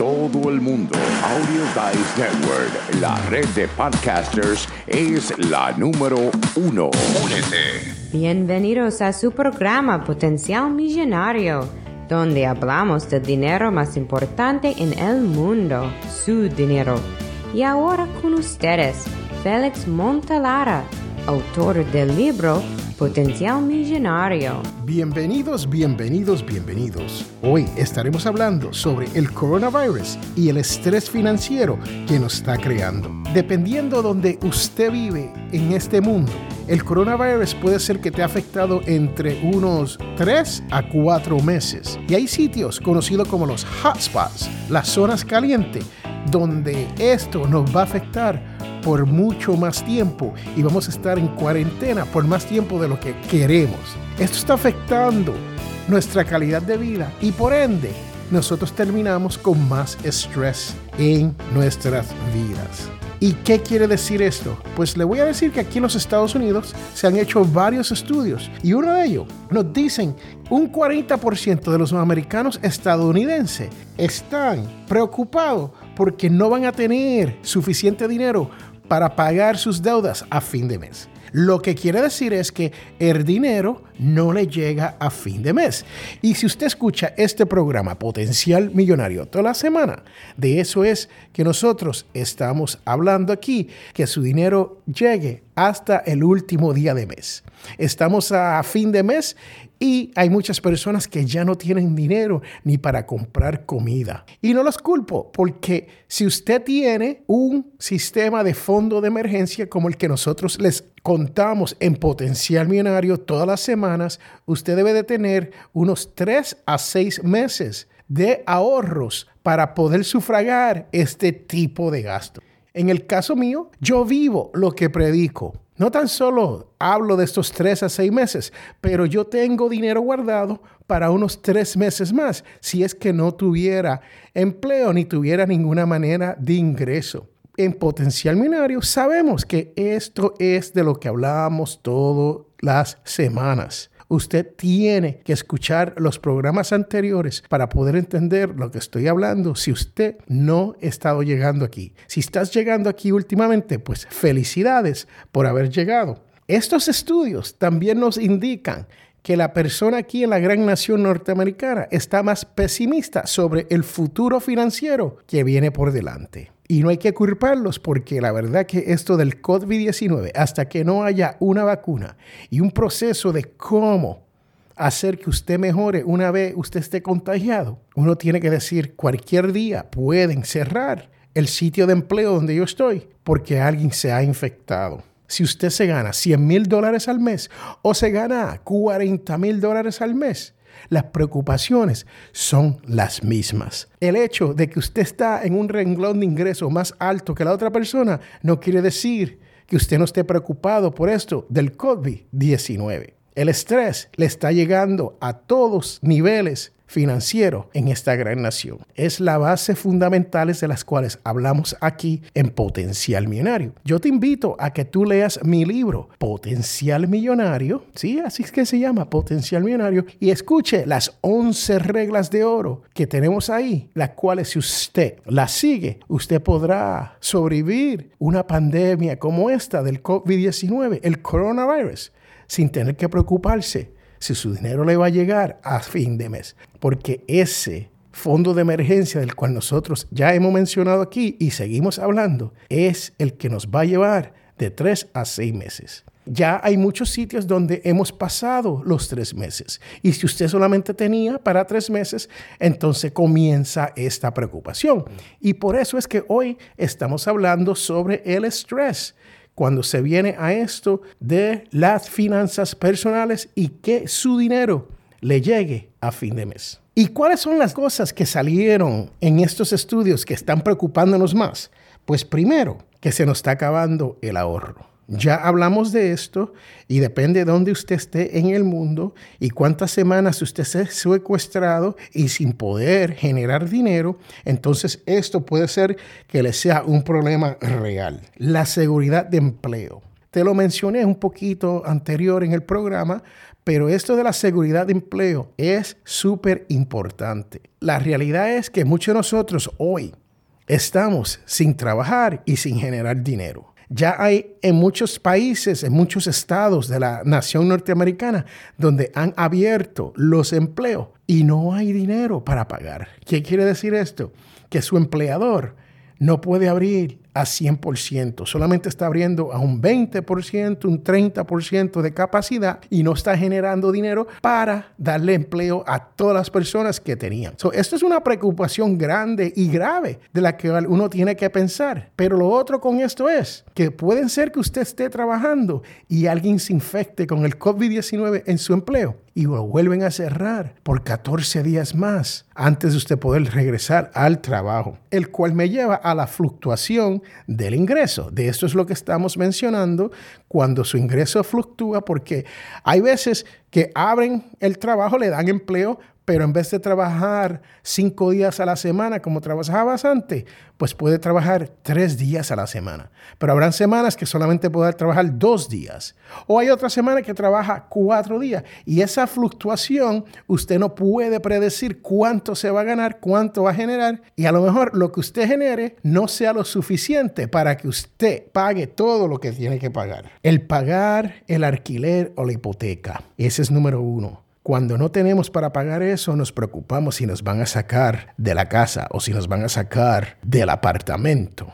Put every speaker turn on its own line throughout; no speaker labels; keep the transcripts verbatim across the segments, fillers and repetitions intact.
todo el mundo. Audio Dice Network, la red de podcasters, es la número uno. Únete.
Bienvenidos a su programa Potencial Millonario, donde hablamos del dinero más importante en el mundo, su dinero. Y ahora con ustedes, Félix Montelara, autor del libro Potencial Millonario.
Bienvenidos, bienvenidos, bienvenidos. Hoy estaremos hablando sobre el coronavirus y el estrés financiero que nos está creando. Dependiendo de donde usted vive en este mundo, el coronavirus puede ser que te ha afectado entre unos tres a cuatro meses. Y hay sitios conocidos como los hotspots, las zonas calientes, donde esto nos va a afectar por mucho más tiempo y vamos a estar en cuarentena por más tiempo de lo que queremos. Esto está afectando nuestra calidad de vida y por ende nosotros terminamos con más estrés en nuestras vidas. ¿Y qué quiere decir esto? Pues le voy a decir que aquí en los Estados Unidos se han hecho varios estudios y uno de ellos nos dicen un cuarenta por ciento de los americanos estadounidenses están preocupados porque no van a tener suficiente dinero para pagar sus deudas a fin de mes. Lo que quiere decir es que el dinero no le llega a fin de mes. Y si usted escucha este programa Potencial Millonario toda la semana, de eso es que nosotros estamos hablando aquí, que su dinero llegue hasta el último día de mes. Estamos a fin de mes y hay muchas personas que ya no tienen dinero ni para comprar comida. Y no los culpo, porque si usted tiene un sistema de fondo de emergencia como el que nosotros les contamos en Potencial Millonario todas las semanas, usted debe de tener unos tres a seis meses de ahorros para poder sufragar este tipo de gasto. En el caso mío, yo vivo lo que predico. No tan solo hablo de estos tres a seis meses, pero yo tengo dinero guardado para unos tres meses más, si es que no tuviera empleo ni tuviera ninguna manera de ingreso. En Potencial Millonario sabemos que esto es de lo que hablábamos todas las semanas. Usted tiene que escuchar los programas anteriores para poder entender lo que estoy hablando si usted no ha estado llegando aquí. Si estás llegando aquí últimamente, pues felicidades por haber llegado. Estos estudios también nos indican que la persona aquí en la gran nación norteamericana está más pesimista sobre el futuro financiero que viene por delante. Y no hay que culparlos porque la verdad que esto del COVID diecinueve, hasta que no haya una vacuna y un proceso de cómo hacer que usted mejore una vez usted esté contagiado, uno tiene que decir cualquier día pueden cerrar el sitio de empleo donde yo estoy porque alguien se ha infectado. Si usted se gana cien mil dólares al mes o se gana cuarenta mil dólares al mes, las preocupaciones son las mismas. El hecho de que usted está en un renglón de ingreso más alto que la otra persona no quiere decir que usted no esté preocupado por esto del COVID diecinueve. El estrés le está llegando a todos niveles financieros en esta gran nación. Es la base fundamental de las cuales hablamos aquí en Potencial Millonario. Yo te invito a que tú leas mi libro Potencial Millonario, sí, así es que se llama Potencial Millonario, y escuche las once reglas de oro que tenemos ahí, las cuales si usted las sigue, usted podrá sobrevivir una pandemia como esta del COVID diecinueve, el coronavirus, sin tener que preocuparse si su dinero le va a llegar a fin de mes. Porque ese fondo de emergencia del cual nosotros ya hemos mencionado aquí y seguimos hablando, es el que nos va a llevar de tres a seis meses. Ya hay muchos sitios donde hemos pasado los tres meses. Y si usted solamente tenía para tres meses, entonces comienza esta preocupación. Y por eso es que hoy estamos hablando sobre el estrés, cuando se viene a esto de las finanzas personales y que su dinero le llegue a fin de mes. ¿Y cuáles son las cosas que salieron en estos estudios que están preocupándonos más? Pues primero, que se nos está acabando el ahorro. Ya hablamos de esto y depende de dónde usted esté en el mundo y cuántas semanas usted esté secuestrado y sin poder generar dinero, entonces esto puede ser que le sea un problema real. La seguridad de empleo. Te lo mencioné un poquito anterior en el programa, Pero esto de la seguridad de empleo es súper importante. La realidad es que muchos de nosotros hoy estamos sin trabajar y sin generar dinero. Ya hay en muchos países, en muchos estados de la nación norteamericana, donde han abierto los empleos y no hay dinero para pagar. ¿Qué quiere decir esto? Que su empleador no puede abrir a cien por ciento, solamente está abriendo a un veinte por ciento, un treinta por ciento de capacidad y no está generando dinero para darle empleo a todas las personas que tenían. So, esto es una preocupación grande y grave de la que uno tiene que pensar. Pero lo otro con esto es que puede ser que usted esté trabajando y alguien se infecte con el COVID diecinueve en su empleo y lo vuelven a cerrar por catorce días más antes de usted poder regresar al trabajo, el cual me lleva a la fluctuación del ingreso. De esto es lo que estamos mencionando cuando su ingreso fluctúa, porque hay veces que abren el trabajo, le dan empleo, pero en vez de trabajar cinco días a la semana como trabajabas antes, pues puede trabajar tres días a la semana. Pero habrán semanas que solamente puede trabajar dos días. O hay otra semana que trabaja cuatro días. Y esa fluctuación, usted no puede predecir cuánto se va a ganar, cuánto va a generar. Y a lo mejor lo que usted genere no sea lo suficiente para que usted pague todo lo que tiene que pagar. El pagar el alquiler o la hipoteca. Ese es número uno. Cuando no tenemos para pagar eso, nos preocupamos si nos van a sacar de la casa o si nos van a sacar del apartamento.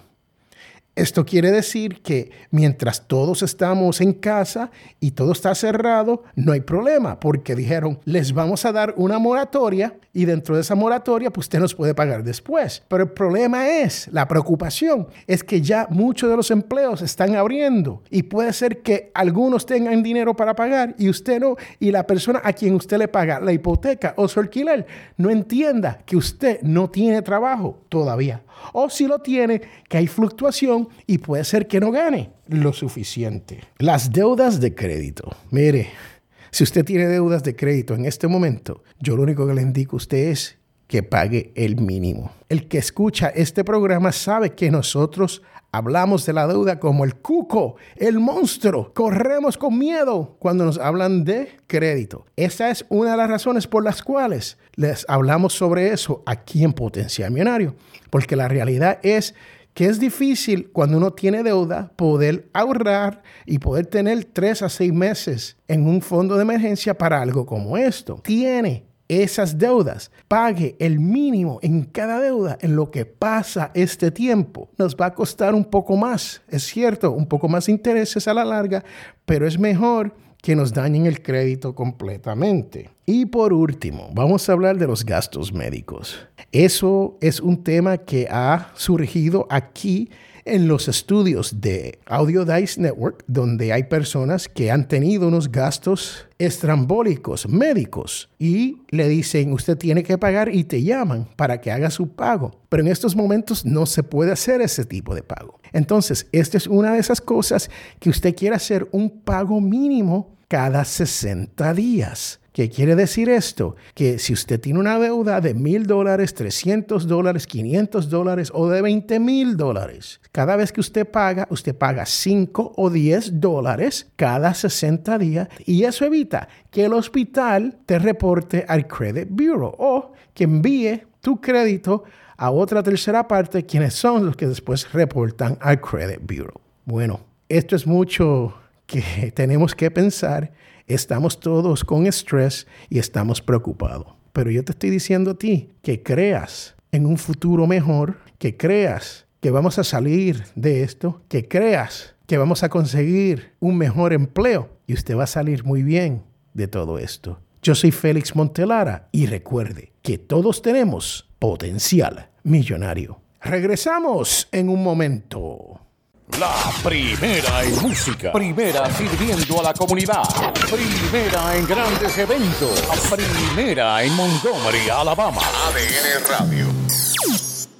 Esto quiere decir que mientras todos estamos en casa y todo está cerrado, no hay problema, porque dijeron, les vamos a dar una moratoria y dentro de esa moratoria, pues usted nos puede pagar después. Pero el problema es, la preocupación es que ya muchos de los empleos están abriendo y puede ser que algunos tengan dinero para pagar y usted no, y la persona a quien usted le paga la hipoteca o su alquiler no entienda que usted no tiene trabajo todavía. O si lo tiene, que hay fluctuación y puede ser que no gane lo suficiente. Las deudas de crédito. Mire, si usted tiene deudas de crédito en este momento, yo lo único que le indico a usted es que pague el mínimo. El que escucha este programa sabe que nosotros hablamos de la deuda como el cuco, el monstruo. Corremos con miedo cuando nos hablan de crédito. Esa es una de las razones por las cuales les hablamos sobre eso aquí en Potencial Millonario. Porque la realidad es que es difícil cuando uno tiene deuda poder ahorrar y poder tener tres a seis meses en un fondo de emergencia para algo como esto. Tiene esas deudas, pague el mínimo en cada deuda. En lo que pasa este tiempo nos va a costar un poco más, es cierto, un poco más intereses a la larga, pero es mejor que nos dañen el crédito completamente. Y por último, vamos a hablar de los gastos médicos. Eso es un tema que ha surgido aquí en los estudios de Audio Dice Network, donde hay personas que han tenido unos gastos estrambólicos médicos y le dicen, usted tiene que pagar y te llaman para que haga su pago. Pero en estos momentos no se puede hacer ese tipo de pago. Entonces, esta es una de esas cosas que usted quiere hacer un pago mínimo cada sesenta días. ¿Qué quiere decir esto? Que si usted tiene una deuda de mil dólares, trescientos dólares, quinientos dólares o de veinte mil dólares, cada vez que usted paga, usted paga cinco o diez dólares cada sesenta días y eso evita que el hospital te reporte al Credit Bureau o que envíe tu crédito a otra tercera parte, quienes son los que después reportan al Credit Bureau. Bueno, esto es mucho que tenemos que pensar. Estamos todos con estrés y estamos preocupados. Pero yo te estoy diciendo a ti que creas en un futuro mejor, que creas que vamos a salir de esto, que creas que vamos a conseguir un mejor empleo y usted va a salir muy bien de todo esto. Yo soy Félix Montelara y recuerde que todos tenemos potencial millonario. Regresamos en un momento.
La primera en música, primera sirviendo a la comunidad, primera en grandes eventos, primera en Montgomery, Alabama. A D N Radio.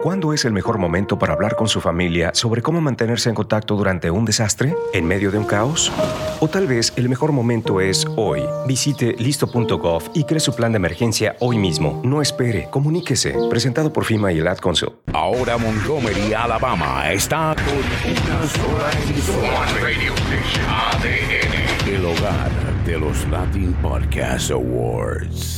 ¿Cuándo es el mejor momento para hablar con su familia sobre cómo mantenerse en contacto durante un desastre, en medio de un caos? O tal vez el mejor momento es hoy. Visite listo punto gov y cree su plan de emergencia hoy mismo. No espere, comuníquese. Presentado por FEMA y el Ad Council.
Ahora Montgomery, Alabama, está con una sola emisora Radio Station A D N, el hogar de los Latin Podcast Awards.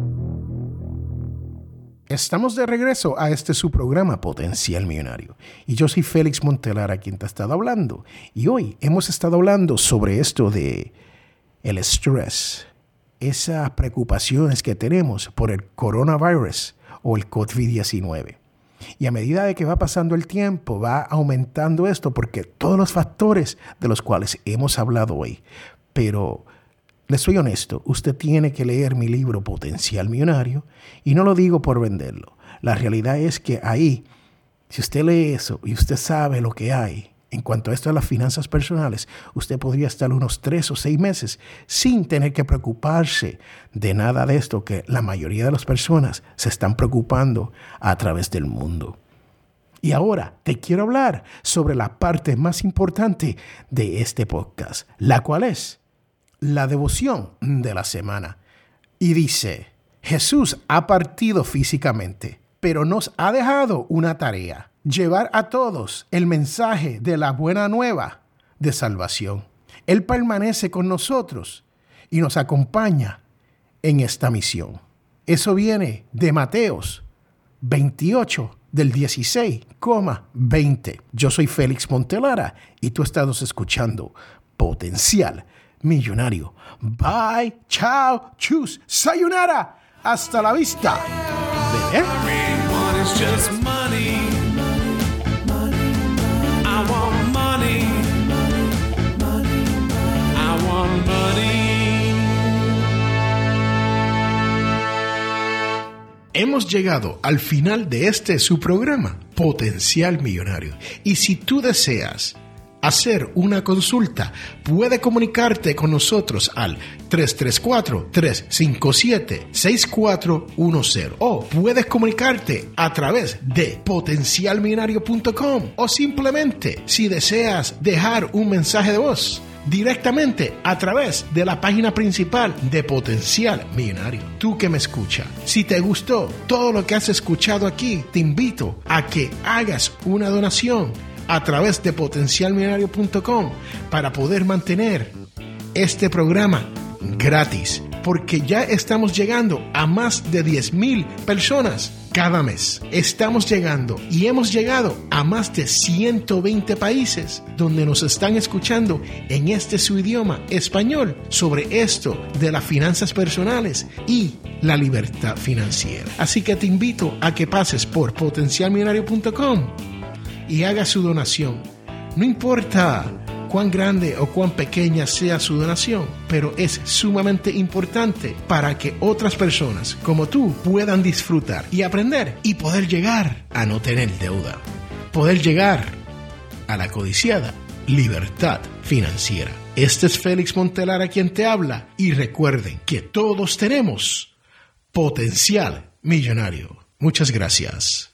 Estamos de regreso a este su programa Potencial Millonario. Y yo soy Félix Montelara, quien te ha estado hablando. Y hoy hemos estado hablando sobre esto de el estrés, esas preocupaciones que tenemos por el coronavirus o el COVID diecinueve. Y a medida de que va pasando el tiempo, va aumentando esto porque todos los factores de los cuales hemos hablado hoy. Pero les soy honesto, usted tiene que leer mi libro Potencial Millonario y no lo digo por venderlo. La realidad es que ahí, si usted lee eso y usted sabe lo que hay en cuanto a esto de las finanzas personales, usted podría estar unos tres o seis meses sin tener que preocuparse de nada de esto que la mayoría de las personas se están preocupando a través del mundo. Y ahora te quiero hablar sobre la parte más importante de este podcast, la cual es la devoción de la semana. Y dice, Jesús ha partido físicamente, pero nos ha dejado una tarea: llevar a todos el mensaje de la buena nueva de salvación. Él permanece con nosotros y nos acompaña en esta misión. Eso viene de Mateos veintiocho, del dieciséis veinte. Yo soy Félix Montelara y tú estás escuchando Potencial Millonario. Bye, chao, chus, sayonara. Hasta la vista, bebé. Hemos llegado al final de este su programa, Potencial Millonario. Y si tú deseas hacer una consulta, puede comunicarte con nosotros al tres tres cuatro, tres cinco siete, seis cuatro uno cero o puedes comunicarte a través de potencial millonario punto com o simplemente, si deseas dejar un mensaje de voz, directamente a través de la página principal de Potencial Millonario. Tú que me escuchas, si te gustó todo lo que has escuchado aquí, te invito a que hagas una donación a través de potencial millonario punto com para poder mantener este programa gratis, porque ya estamos llegando a más de diez mil personas cada mes. Estamos llegando y hemos llegado a más de ciento veinte países donde nos están escuchando en este su idioma español sobre esto de las finanzas personales y la libertad financiera. Así que te invito a que pases por potencial millonario punto com y haga su donación. No importa cuán grande o cuán pequeña sea su donación, pero es sumamente importante para que otras personas como tú puedan disfrutar y aprender y poder llegar a no tener deuda, poder llegar a la codiciada libertad financiera. Este es Félix Montelara quien te habla, y recuerden que todos tenemos potencial millonario. Muchas gracias.